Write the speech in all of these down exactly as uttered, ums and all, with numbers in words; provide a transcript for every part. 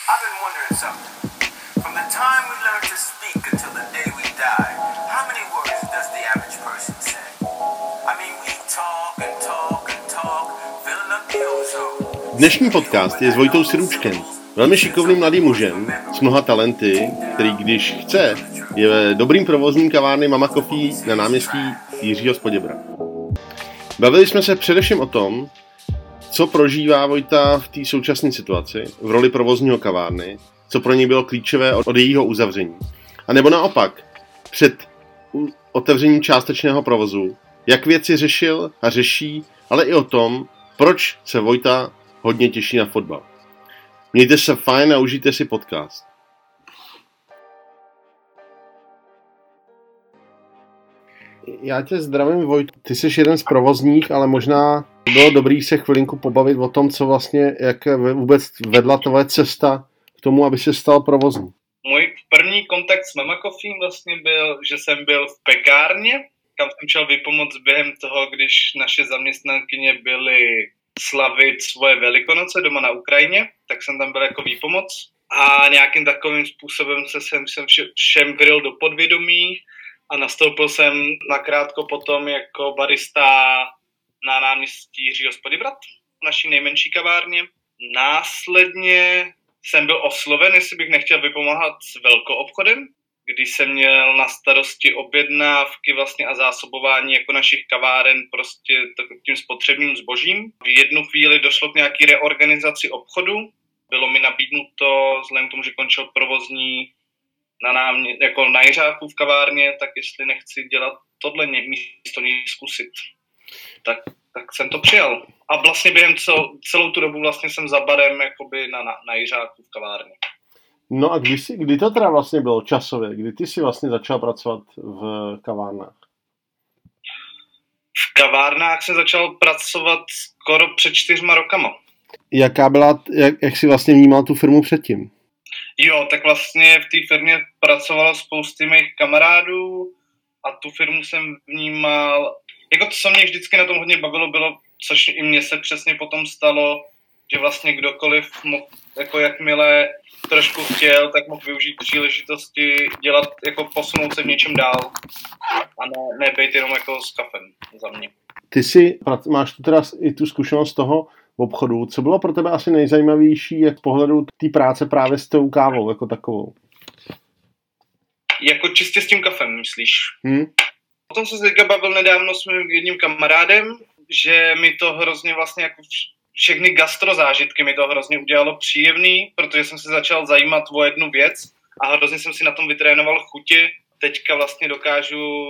I've been wondering something. From the time we learn to speak until the day we die, how many words does the average person say? I mean, we talk and talk and talk, filling up the ozone. Dnešní podcast je s Vojtou Sirůčkem, velmi šikovným mladým mužem s mnoha talenty, který když chce, je dobrým provozním kavárny Mama Coffee na náměstí Jiřího z Poděbrad. Bavili jsme se především o tom, co prožívá Vojta v té současné situaci, v roli provozního kavárny, co pro něj bylo klíčové od jejího uzavření. A nebo naopak, před otevřením částečného provozu, jak věci řešil a řeší, ale i o tom, proč se Vojta hodně těší na fotbal. Mějte se fajn a užijte si podcast. Já tě zdravím, Vojtu. Ty jsi jeden z provozních, ale možná bylo dobrý se chvilinku pobavit o tom, co vlastně, jak vůbec vedla tvoje cesta k tomu, aby se stal provozní. Můj první kontakt s Mama Coffee vlastně byl, že jsem byl v pekárně, kam jsem šel vypomoct během toho, když naše zaměstnankyně byly slavit svoje Velikonoce doma na Ukrajině, tak jsem tam byl jako výpomoc a nějakým takovým způsobem se jsem, jsem všem vryl do podvědomí a nastoupil jsem nakrátko potom jako barista na náměstí Jiřího z Poděbrad, v naší nejmenší kavárně. Následně jsem byl osloven, jestli bych nechtěl vypomáhat s velkoobchodem, kdy jsem měl na starosti objednávky vlastně a zásobování jako našich kaváren prostě tím spotřebním zbožím. V jednu chvíli došlo k nějaký reorganizaci obchodu. Bylo mi nabídnuto, vzhledem k tomu, že končil provozní na námě, jako na Jiřáku v kavárně, tak jestli nechci dělat tohle místo něj zkusit. Tak, tak jsem to přijal. A vlastně během cel, celou tu dobu vlastně jsem za barem jakoby na, na, na Jiřáku v kavárně. No a kdy, jsi, kdy to teda vlastně bylo časově? Kdy ty jsi vlastně začal pracovat v kavárnách? V kavárnách jsem začal pracovat skoro před čtyřma rokama. Jaká byla, jak, jak jsi vlastně vnímal tu firmu předtím? Jo, tak vlastně v té firmě pracovalo spousty mých kamarádů a tu firmu jsem vnímal, jako to, co mě vždycky na tom hodně bavilo, bylo, což i mně se přesně potom stalo, že vlastně kdokoliv mohl, jako jakmile trošku chtěl, tak mohl využít příležitosti dělat, jako posunout se v něčem dál a ne, nebejt jenom jako s kafem za mě. Ty si, máš tu teda i tu zkušenost toho obchodu. Co bylo pro tebe asi nejzajímavější jak z pohledu té práce právě s tou kávou jako takovou? Jako čistě s tím kafem, myslíš? Hmm? O tom jsem se teďka bavil nedávno s mým jedním kamarádem, že mi to hrozně vlastně jako všechny gastrozážitky mi to hrozně udělalo příjemný, protože jsem se začal zajímat o jednu věc a hrozně jsem si na tom vytrénoval chutě. Teďka vlastně dokážu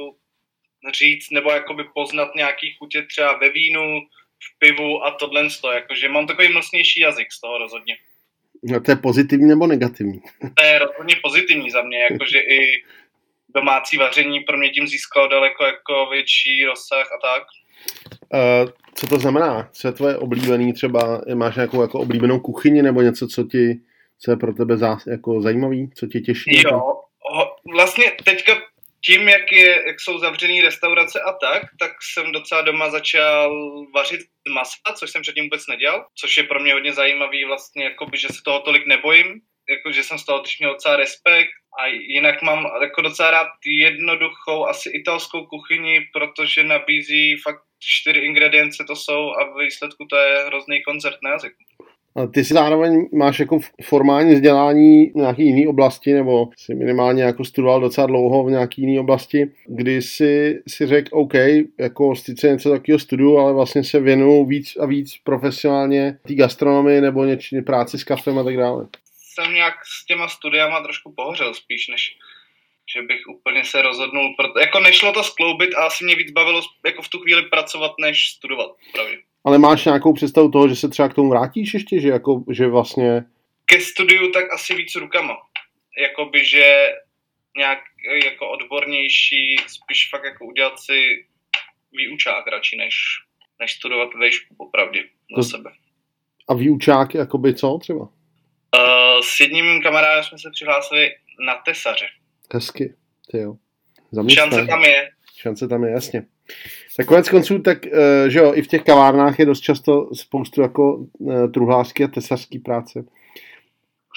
říct nebo jakoby poznat nějaký chutě třeba ve vínu, v pivu a tohle z toho, jakože mám takový mlsnější jazyk z toho rozhodně. No to je pozitivní nebo negativní? To je rozhodně pozitivní za mě, jakože i domácí vaření pro mě tím získalo daleko jako větší rozsah a tak. Uh, co to znamená? Co je tvoje oblíbený třeba? Máš nějakou jako oblíbenou kuchyni nebo něco, co ti, co je pro tebe zás, jako zajímavý? Co tě těší? Jo, ho, vlastně teďka tím, jak, je, jak jsou zavřený restaurace a tak, tak jsem docela doma začal vařit masa, což jsem předtím vůbec nedělal, což je pro mě hodně zajímavý vlastně, jakoby, že se toho tolik nebojím, jako, že jsem z toho měl docela respekt a jinak mám jako docela rád jednoduchou asi italskou kuchyni, protože nabízí fakt čtyři ingredience to jsou a v výsledku to je hrozný koncert na jazyku. A ty si zároveň máš jako formální vzdělání v nějaké jiné oblasti, nebo jsi minimálně jako studoval docela dlouho v nějaké jiné oblasti, kdy si, si řekl, OK, jako sice něco takového studuju, ale vlastně se věnuju víc a víc profesionálně té gastronomii nebo něčí práci s kafem a tak dále. Jsem nějak s těma studiama trošku pohořel spíš, než že bych úplně se rozhodnul, proto, jako nešlo to skloubit a asi mě víc bavilo jako v tu chvíli pracovat, než studovat, pravdě. Ale máš nějakou představu toho, že se třeba k tomu vrátíš ještě, že, jako, že vlastně... Ke studiu tak asi víc rukama. Jakoby, že nějak jako odbornější, spíš fakt jako udělat si výučák radši, než, než studovat vejšku popravdě za sebe. A výučák jakoby co třeba? Uh, s jedním mým kamarádem jsme se přihlásili na tesaře. Hezky, ty jo. Šance tam je. Šance tam je, jasně. Tak konec konců, tak že jo, i v těch kavárnách je dost často spoustu jako truhlářské a tesařské práce.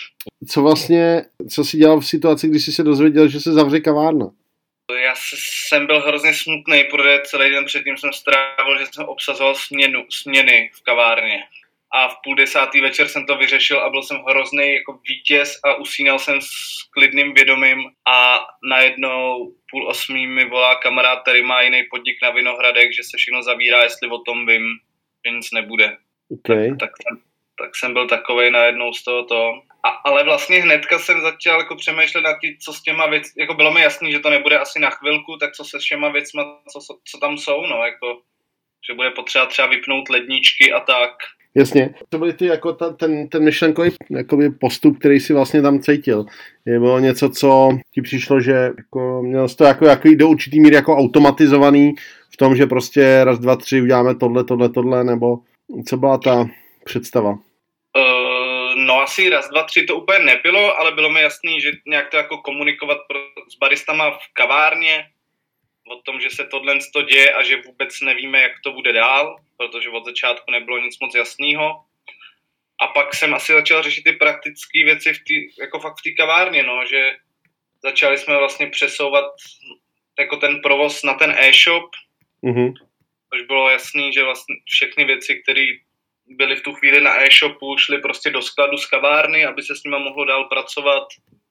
Co vlastně, co jsi dělal v situaci, když jsi se dozvěděl, že se zavře kavárna? Já jsem byl hrozně smutný, protože celý den předtím jsem strávil, že jsem obsazoval směnu, směny v kavárně. A v půl desátý večer jsem to vyřešil a byl jsem hrozný jako vítěz a usínal jsem s klidným vědomím a najednou půl osmí mi volá kamarád, který má jiný podnik na Vinohradech, že se všechno zavírá, jestli o tom vím, že nic nebude. Okay. Tak, tak, jsem, tak jsem byl takovej najednou z tohoto. A, ale vlastně hnedka jsem začal jako přemýšlet nad tím, co s těma věc, jako bylo mi jasný, že to nebude asi na chvilku, tak co se s těma věcma, co, co tam jsou, no, jako, že bude potřeba třeba vypnout ledničky a tak. Jasně. To byly ty jako ta, ten, ten myšlenkový jakoby postup, který si vlastně tam cítil. Je bylo něco, co ti přišlo, že jako, měl jsi to jako, jako do určitý míry jako automatizovaný v tom, že prostě raz, dva, tři uděláme tohle, tohle, tohle, nebo co byla ta představa? Uh, no asi raz, dva, tři to úplně nebylo, ale bylo mi jasný, že nějak to jako komunikovat s baristama v kavárně, o tom, že se tohle to děje a že vůbec nevíme, jak to bude dál, protože od začátku nebylo nic moc jasného. A pak jsem asi začal řešit ty praktické věci v tý, jako fakt v té kavárně, no, že začali jsme vlastně přesouvat jako ten provoz na ten e-shop, mm-hmm. což bylo jasný, že vlastně všechny věci, které byly v tu chvíli na e-shopu, šly prostě do skladu z kavárny, aby se s nima mohlo dál pracovat.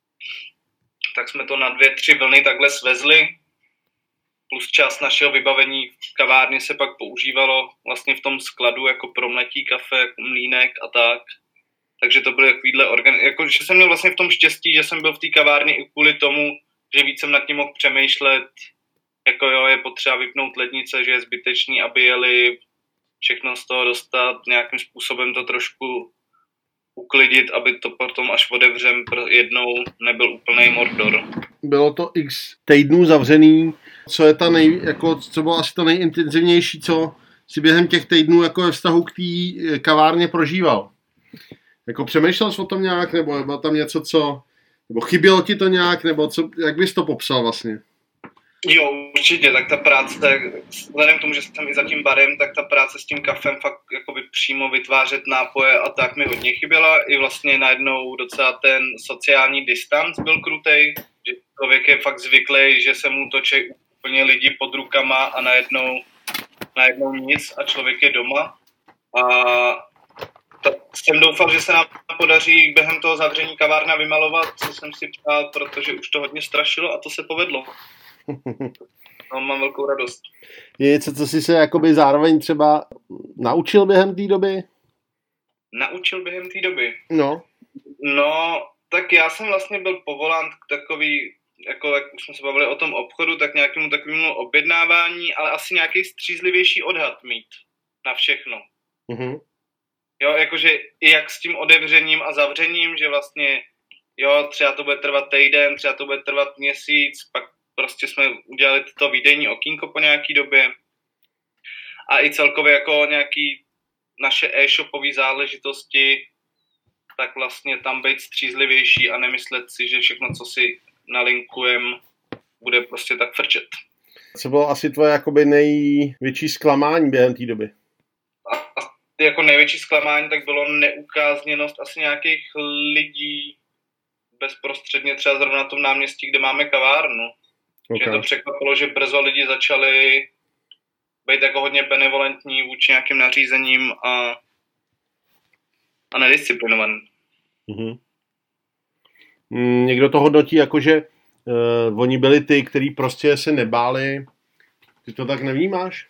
Tak jsme to na dvě, tři vlny takhle svezli. Plus část našeho vybavení v kavárně se pak používalo vlastně v tom skladu jako pro mletí kafe, jako mlýnek a tak. Takže to byly takovýhle organi- jako, že jsem měl vlastně v tom štěstí, že jsem byl v té kavárně i kvůli tomu, že víc jsem nad tím mohl přemýšlet, jako jo, je potřeba vypnout lednice, že je zbytečný, aby jeli všechno z toho dostat, nějakým způsobem to trošku uklidit, aby to potom až otevřem jednou nebyl úplnej Mordor. Bylo to x týdnů zavřený. Co je ta nej, jako, co bylo asi to nejintenzivnější, co si během těch týdnů jako ve vztahu k té kavárně prožíval? Jako přemýšlel jsi o tom nějak, nebo bylo tam něco, co, nebo chybělo ti to nějak, nebo co, jak bys to popsal vlastně? Jo, určitě, tak ta práce, vzhledem k tomu, že jsem i za tím barem, tak ta práce s tím kafem fakt jakoby přímo vytvářet nápoje a tak mi hodně chyběla. I vlastně najednou docela ten sociální distanc byl krutej, že člověk je fakt zvyklý, že se mu točí úplně lidi pod rukama a najednou, najednou nic a člověk je doma. A tak jsem doufal, že se nám podaří během toho zavření kavárna vymalovat, co jsem si přál, protože už to hodně strašilo a to se povedlo. No, mám velkou radost. Je něco, co jsi se jakoby zároveň třeba naučil během té doby? Naučil během té doby? No. No, tak já jsem vlastně byl povolán k takový, jako jak už jsme se bavili o tom obchodu, tak nějakému takovému objednávání, ale asi nějaký střízlivější odhad mít na všechno. Mhm. Jo, jakože i jak s tím otevřením a zavřením, že vlastně, jo, třeba to bude trvat týden, třeba to bude trvat měsíc, pak prostě jsme udělali to výdejní okýnko po nějaký době a i celkově jako nějaký naše e-shopové záležitosti, tak vlastně tam být střízlivější a nemyslet si, že všechno, co si nalinkujem, bude prostě tak frčet. Co bylo asi tvoje jakoby největší zklamání během té doby? A, a jako největší zklamání tak bylo neukázněnost asi nějakých lidí bezprostředně třeba zrovna na tom náměstí, kde máme kavárnu. Okay. Že to překvapilo, že brzo lidi začali být jako hodně benevolentní vůči nějakým nařízením a, a nedisciplinovaný. Mm-hmm. Někdo to hodnotí jako, že uh, oni byli ty, kteří prostě se nebáli. Ty to tak nevnímáš?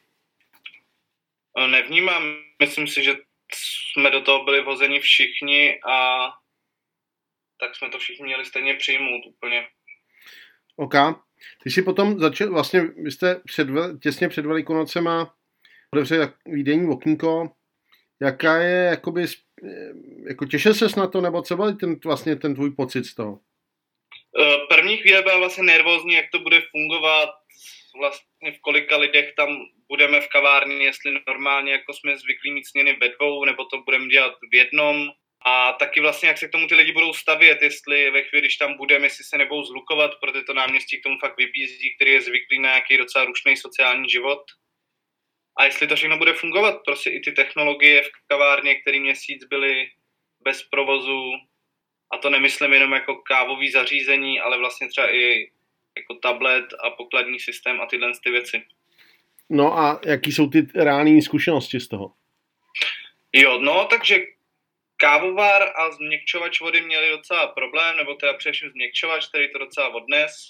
Nevnímám. Myslím si, že jsme do toho byli vhozeni všichni a tak jsme to všichni měli stejně přijmout úplně. OK. Ty jsi potom začal, vlastně vy jste před, těsně před Velikonocema otevřeli výdejní okýnko. Jaká je, jakoby, jako těšil ses na to, nebo co byl ten, vlastně ten tvůj pocit z toho? První chvíle byla vlastně nervózní, jak to bude fungovat, vlastně v kolika lidech tam budeme v kavárně, jestli normálně, jako jsme zvyklí mít směny ve dvou, nebo to budeme dělat v jednom. A taky vlastně, jak se k tomu ty lidi budou stavět, jestli ve chvíli, když tam budeme, jestli se nebudou zhlukovat, protože to náměstí k tomu fakt vybízí, který je zvyklý na nějaký docela rušný sociální život. A jestli to všechno bude fungovat, prostě i ty technologie v kavárně, který měsíc byly bez provozu, A to nemyslím jenom jako kávový zařízení, ale vlastně třeba i jako tablet a pokladní systém a tyhle ty věci. No a jaký jsou ty reální zkušenosti z toho? Jo, no takže kávovar a změkčovač vody měli docela problém, nebo teda především změkčovač, který to docela odnes,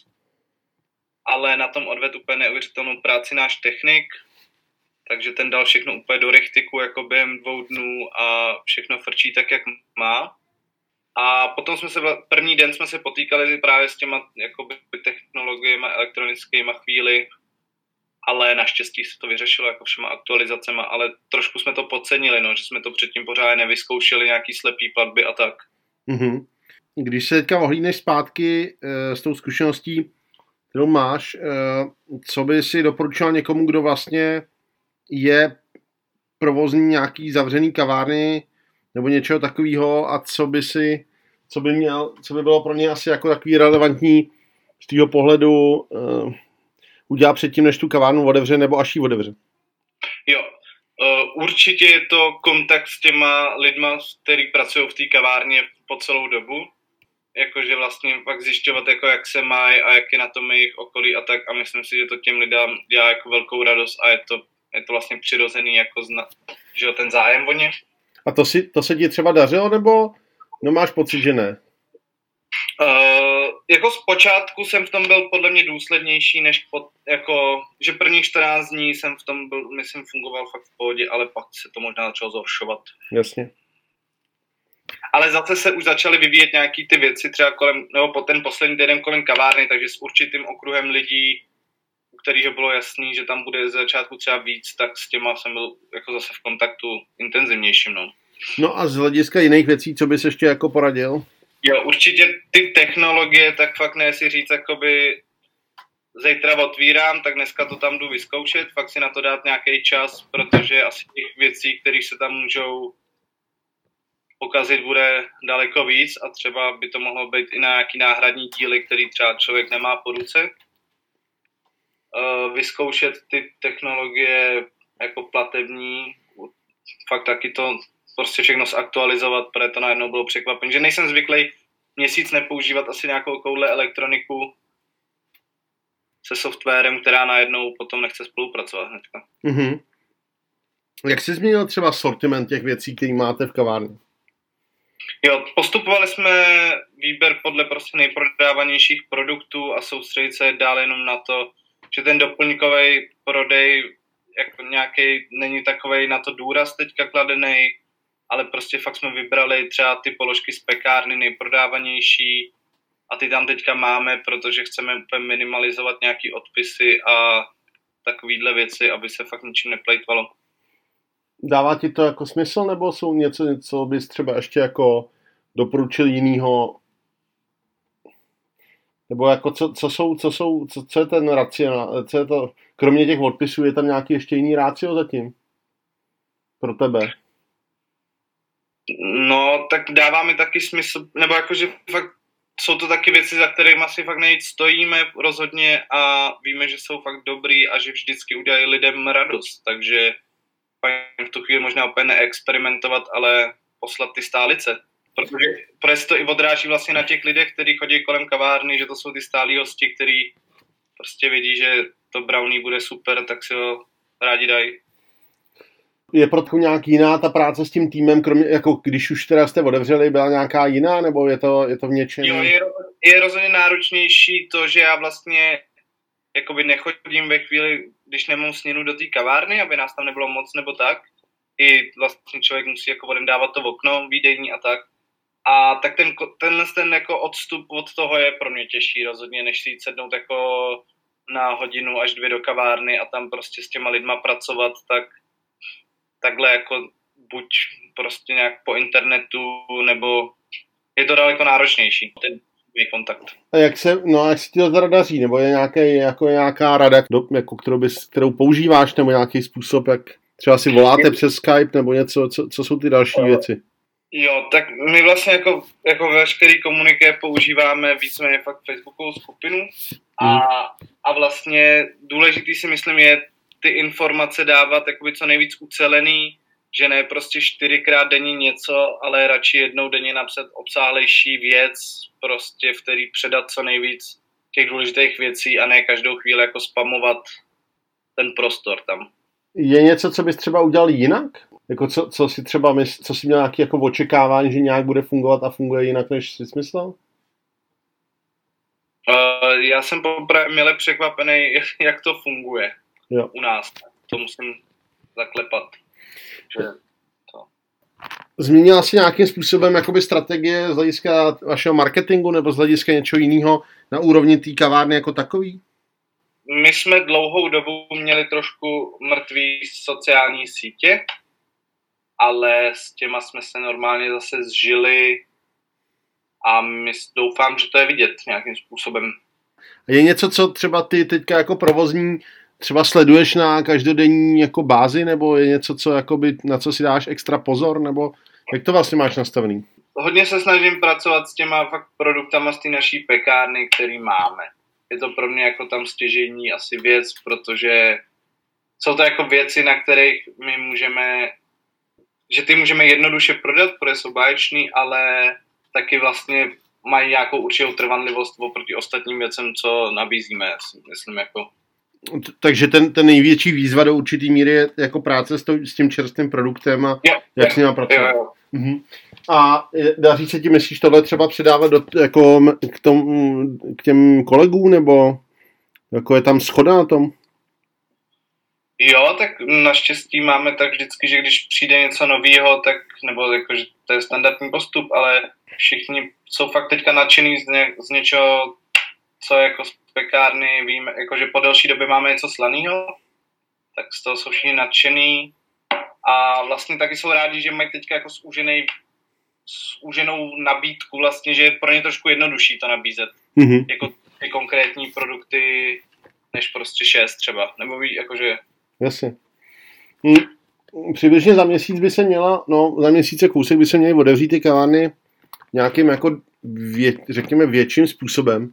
ale na tom odvedl úplně neuvěřitelnou práci náš technik, takže ten dal všechno úplně do richtiku jako během dvou dnů a všechno frčí tak, jak má. A potom jsme se, první den jsme se potýkali právě s těma jakoby technologiemi elektronickými chvíli, ale naštěstí se to vyřešilo jako všema aktualizacema, ale trošku jsme to podcenili, no, že jsme to předtím pořád nevyzkoušeli, nějaký slepý platby a tak. Mm-hmm. Když se teďka ohlídneš zpátky e, s tou zkušeností, kterou máš, e, co by si doporučil někomu, kdo vlastně je provozní nějaký zavřený kavárny nebo něčeho takového a co by si, co by měl, co by bylo pro ně asi jako takový relevantní z tvýho pohledu e, udělat předtím, než tu kavárnu otevře, nebo až ji otevře? Jo, uh, určitě je to kontakt s těma lidma, kteří pracují v té kavárně po celou dobu. Jakože vlastně pak zjišťovat, jako jak se mají a jak je na tom jejich okolí a tak. A myslím si, že to těm lidem dělá jako velkou radost a je to, je to vlastně přirozený, jako zna, že ten zájem o ně. A to, si, to se ti třeba dařilo, nebo no máš pocit, že ne? Uh, jako zpočátku jsem v tom byl podle mě důslednější, než pod, jako, že prvních čtrnáct dní jsem v tom byl, myslím, fungoval fakt v pohodě, ale pak se to možná začalo zhoršovat. Jasně. Ale zase se už začaly vyvíjet nějaký ty věci, třeba kolem, nebo po ten poslední týden kolem kavárny, takže s určitým okruhem lidí, u kterého bylo jasný, že tam bude z začátku třeba víc, tak s těma jsem byl jako zase v kontaktu intenzivnějším. No, no a z hlediska jiných věcí, co bys ještě jako poradil? Jo, určitě ty technologie, tak fakt ne si říct, jakoby zítra otvírám, tak dneska to tam jdu vyzkoušet, fakt si na to dát nějaký čas, protože asi těch věcí, které se tam můžou pokazit, bude daleko víc a třeba by to mohlo být i na nějaký náhradní díly, který třeba člověk nemá po ruce. Vyzkoušet ty technologie jako platební, fakt taky to prostě všechno zaktualizovat, protože to najednou bylo překvapení, že nejsem zvyklý měsíc nepoužívat asi nějakou koule elektroniku se softwarem, která najednou potom nechce spolupracovat hnedka. Mm-hmm. Jak jsi změnil třeba sortiment těch věcí, které máte v kavárně? Jo, postupovali jsme výběr podle prostě nejprodávanějších produktů a soustředit se dál jenom na to, že ten doplňkový prodej jako nějaký není takovej na to důraz teďka kladený, ale prostě fakt jsme vybrali třeba ty položky z pekárny nejprodávanější a ty tam teďka máme, protože chceme úplně minimalizovat nějaký odpisy a takovýhle věci, aby se fakt ničím neplejtvalo. Dává ti to jako smysl, nebo jsou něco, co bys třeba ještě jako doporučil jinýho? Nebo jako co, co jsou, co jsou, co, co je ten racionál, co je to, kromě těch odpisů, je tam nějaký ještě jiný rácio zatím? Pro tebe? No, tak dává mi taky smysl, nebo jakože fakt jsou to taky věci, za kterými asi fakt nejvíc stojíme rozhodně a víme, že jsou fakt dobrý a že vždycky udělají lidem radost, takže v tu chvíli možná úplně neexperimentovat, ale poslat ty stálice. Protože, protože se to i odráží vlastně na těch lidech, kteří chodí kolem kavárny, že to jsou ty stálí hosti, kteří prostě vědí, že to brownie bude super, tak si ho rádi dají. Je proto nějak jiná ta práce s tím týmem, kromě, jako když už teda jste otevřeli, byla nějaká jiná, nebo je to, je to v něčem? Jo, je, je rozhodně náročnější to, že já vlastně jakoby nechodím ve chvíli, když nemám směnu do té kavárny, aby nás tam nebylo moc nebo tak. I vlastně člověk musí jako vodem dávat to okno, výdejní a tak. A tak ten, tenhle ten jako odstup od toho je pro mě těžší rozhodně, než si jít sednout jako na hodinu až dvě do kavárny a tam prostě s těma lidma pracovat, tak takhle jako buď prostě nějak po internetu, nebo je to daleko náročnější, ten kontakt. A jak se, no a jak se ti to teda daří, nebo je nějaké, jako nějaká rada, jako, kterou, bys, kterou používáš, nebo nějaký způsob, jak třeba si voláte přes Skype, nebo něco, co, co jsou ty další věci? Jo, tak my vlastně jako, jako veškerý komuniké používáme víceméně fakt Facebookovou skupinu a, hmm. a vlastně důležitý si myslím je ty informace dávat jakoby co nejvíc ucelený, že ne prostě čtyřikrát denně něco, ale radši jednou denně napsat obsáhlejší věc, prostě v který předat co nejvíc těch důležitých věcí a ne každou chvíli jako spamovat ten prostor tam. Je něco, co bys třeba udělal jinak? Jako co, co si třeba mysl, co si měl nějaké jako očekávání, že nějak bude fungovat a funguje jinak, než jsi myslel? Uh, já jsem poprvé milé překvapený, jak to funguje jo. u nás. To musím zaklepat. Že to. Změnila jsi nějakým způsobem jakoby strategie z hlediska vašeho marketingu nebo z hlediska něčeho jiného na úrovni té kavárny jako takový? My jsme dlouhou dobu měli trošku mrtvý sociální sítě, ale s těma jsme se normálně zase zžili a my doufám, že to je vidět nějakým způsobem. Je něco, co třeba ty teďka jako provozní třeba sleduješ na každodenní jako bázi, nebo je něco, co jakoby, na co si dáš extra pozor, nebo jak to vlastně máš nastavený? Hodně se snažím pracovat s těma fakt produktama z té naší pekárny, který máme. Je to pro mě jako tam stěžejní asi věc, protože jsou to jako věci, na kterých my můžeme, že ty můžeme jednoduše prodat, protože jsou báječný, ale taky vlastně mají nějakou určitou trvanlivost oproti ostatním věcem, co nabízíme, myslím jako. Takže ten, ten největší výzva do určitý míry je jako práce s, to, s tím čerstvým produktem a jo, jak jo, s ním pracovat. Jo, jo. Mhm. A daří se ti, myslíš, tohle třeba předávat do, jako k, tom, k těm kolegům, nebo jako je tam shoda na tom? Jo, tak naštěstí máme tak vždycky, že když přijde něco novýho, tak, nebo jako, že to je standardní postup, ale všichni jsou fakt teďka nadšený z, ně, z něčeho, co jako z pekárny víme, jakože po delší době máme něco slanýho, tak z toho jsou všichni nadšený a vlastně taky jsou rádi, že mají teďka jako zúžený, zúženou nabídku vlastně, že je pro ně trošku jednodušší to nabízet, mm-hmm. jako ty konkrétní produkty, než prostě šest třeba, nebo ví, jakože... Jasně. Hm, přibližně za měsíc by se měla, no za měsíce kousek by se měly otevřít ty kavárny nějakým jako, vě, řekněme, větším způsobem.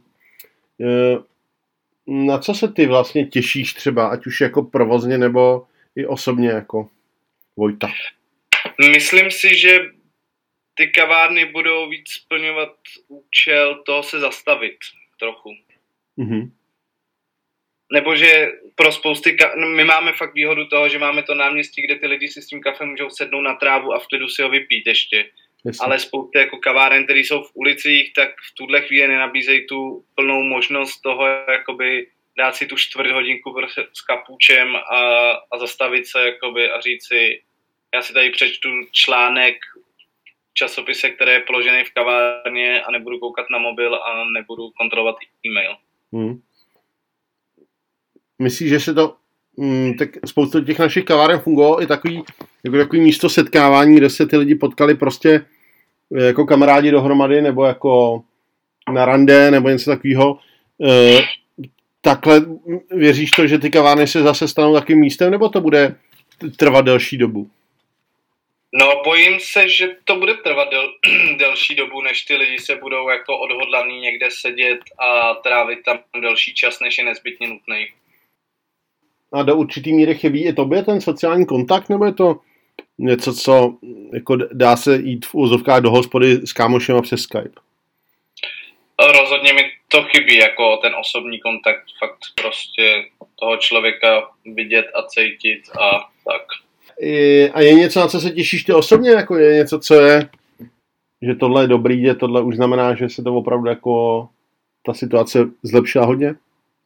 Na co se ty vlastně těšíš třeba, ať už jako provozně nebo i osobně jako Vojta? Myslím si, že ty kavárny budou víc splňovat účel toho se zastavit trochu. Mm-hmm. Nebo že pro spousty, ka- my máme fakt výhodu toho, že máme to náměstí, kde ty lidi si s tím kafem můžou sednout na trávu a v klidu si ho vypít ještě. Jasně. Ale spousty jako kaváren, které jsou v ulicích, tak v tuhle chvíli nenabízejí tu plnou možnost toho, jakoby dát si tu čtvrt hodinku s kapůčem a, a zastavit se jakoby a říct si, já si tady přečtu článek v časopise, který je položený v kavárně a nebudu koukat na mobil a nebudu kontrolovat e-mail. Hmm. Myslíš, že se to, mm, tak spoustu těch našich kaváren fungovalo i takový, jako takový místo setkávání, kde se ty lidi potkali prostě jako kamarádi dohromady, nebo jako na rande, nebo něco takového. E, takhle věříš to, že ty kavárny se zase stanou takovým místem, nebo to bude trvat delší dobu? No, bojím se, že to bude trvat del, delší dobu, než ty lidi se budou jako odhodlaný někde sedět a trávit tam delší čas, než je nezbytně nutný. A do určitý míry chybí i tobě ten sociální kontakt, nebo je to něco, co jako dá se jít v úzovkách do hospody s kámošema přes Skype? Rozhodně mi to chybí, jako ten osobní kontakt, fakt prostě toho člověka vidět a cítit a tak. A je něco, na co se těšíš ty osobně? Jako je něco, co je, že tohle je dobrý, že tohle už znamená, že se to opravdu jako ta situace zlepšila hodně?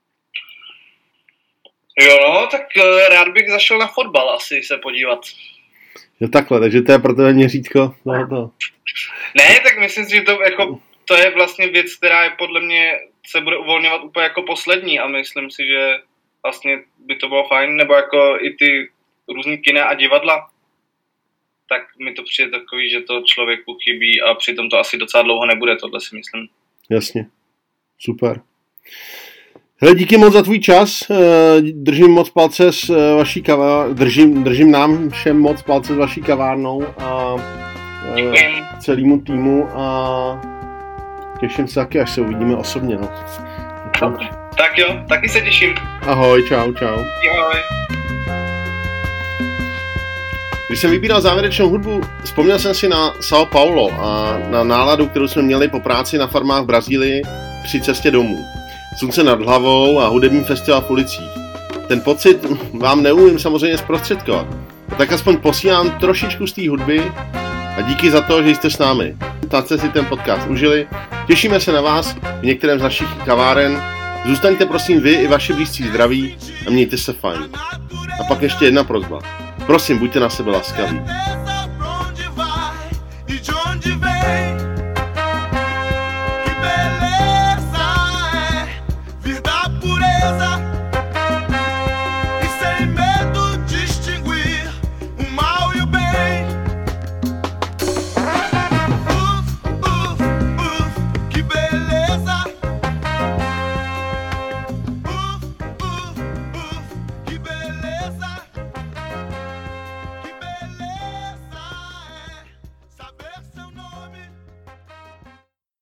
Jo, no, tak rád bych zašel na fotbal asi se podívat. Jo, takhle, takže to je pro tebe měřítko. No, to. Ne, tak myslím si, že to, jako, to je vlastně věc, která je podle mě se bude uvolňovat úplně jako poslední a myslím si, že vlastně by to bylo fajn, nebo jako i ty různý kina a divadla, tak mi to přijde takový, že to člověku chybí a přitom to asi docela dlouho nebude, tohle si myslím. Jasně, super. Hele, díky moc za tvůj čas, držím moc palce s vaší kavárnou, držím, držím nám všem moc palce s vaší kavárnou a Děkujem. Celému týmu a těším se taky, až se uvidíme osobně. No. Tak jo, taky se těším. Ahoj, čau, čau. Ahoj. Když jsem vybíral závěrečnou hudbu, vzpomněl jsem si na São Paulo a na náladu, kterou jsme měli po práci na farmách v Brazílii při cestě domů. Slunce nad hlavou a hudební festival v ulicích. Ten pocit vám neumím samozřejmě zprostředkovat. A tak aspoň posílám trošičku z té hudby a díky za to, že jste s námi. Snad jste si ten podcast užili. Těšíme se na vás v některém z našich kaváren. Zůstaňte prosím vy i vaši blízcí zdraví a mějte se fajn. A pak ještě jedna prosba. Prosím, buďte na sebe laskaví.